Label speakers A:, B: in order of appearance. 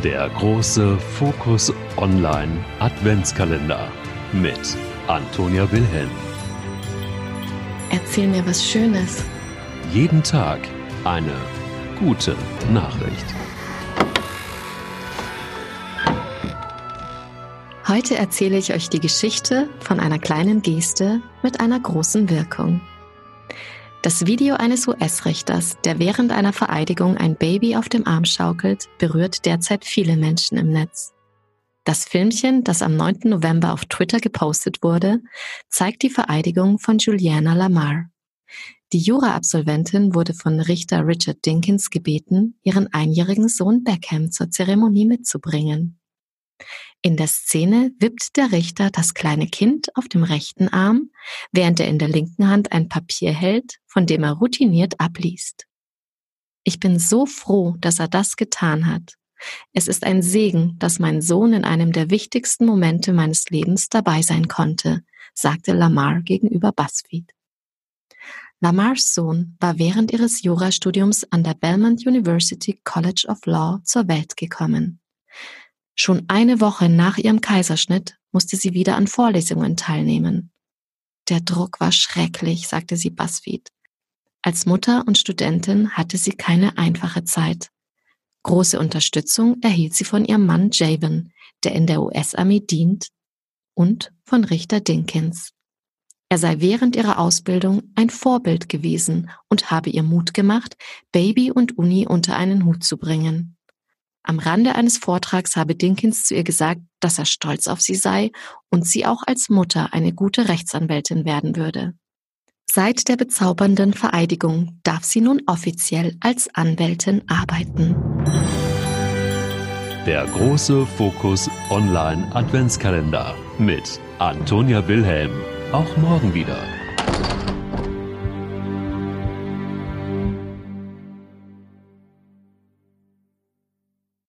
A: Der große Fokus Online Adventskalender mit Antonia Wilhelm.
B: Erzähl mir was Schönes.
A: Jeden Tag eine gute Nachricht.
B: Heute erzähle ich euch die Geschichte von einer kleinen Geste mit einer großen Wirkung. Das Video eines US-Richters, der während einer Vereidigung ein Baby auf dem Arm schaukelt, berührt derzeit viele Menschen im Netz. Das Filmchen, das am 9. November auf Twitter gepostet wurde, zeigt die Vereidigung von Juliana Lamar. Die Jura-Absolventin wurde von Richter Richard Dinkins gebeten, ihren einjährigen Sohn Beckham zur Zeremonie mitzubringen. In der Szene wippt der Richter das kleine Kind auf dem rechten Arm, während er in der linken Hand ein Papier hält, von dem er routiniert abliest. Ich bin so froh, dass er das getan hat. Es ist ein Segen, dass mein Sohn in einem der wichtigsten Momente meines Lebens dabei sein konnte, sagte Lamar gegenüber BuzzFeed. Lamars Sohn war während ihres Jurastudiums an der Belmont University College of Law zur Welt gekommen. Schon eine Woche nach ihrem Kaiserschnitt musste sie wieder an Vorlesungen teilnehmen. Der Druck war schrecklich, sagte sie BuzzFeed. Als Mutter und Studentin hatte sie keine einfache Zeit. Große Unterstützung erhielt sie von ihrem Mann Javen, der in der US-Armee dient, und von Richter Dinkins. Er sei während ihrer Ausbildung ein Vorbild gewesen und habe ihr Mut gemacht, Baby und Uni unter einen Hut zu bringen. Am Rande eines Vortrags habe Dinkins zu ihr gesagt, dass er stolz auf sie sei und sie auch als Mutter eine gute Rechtsanwältin werden würde. Seit der bezaubernden Vereidigung darf sie nun offiziell als Anwältin arbeiten.
A: Der große Fokus Online Adventskalender mit Antonia Wilhelm. Auch morgen wieder.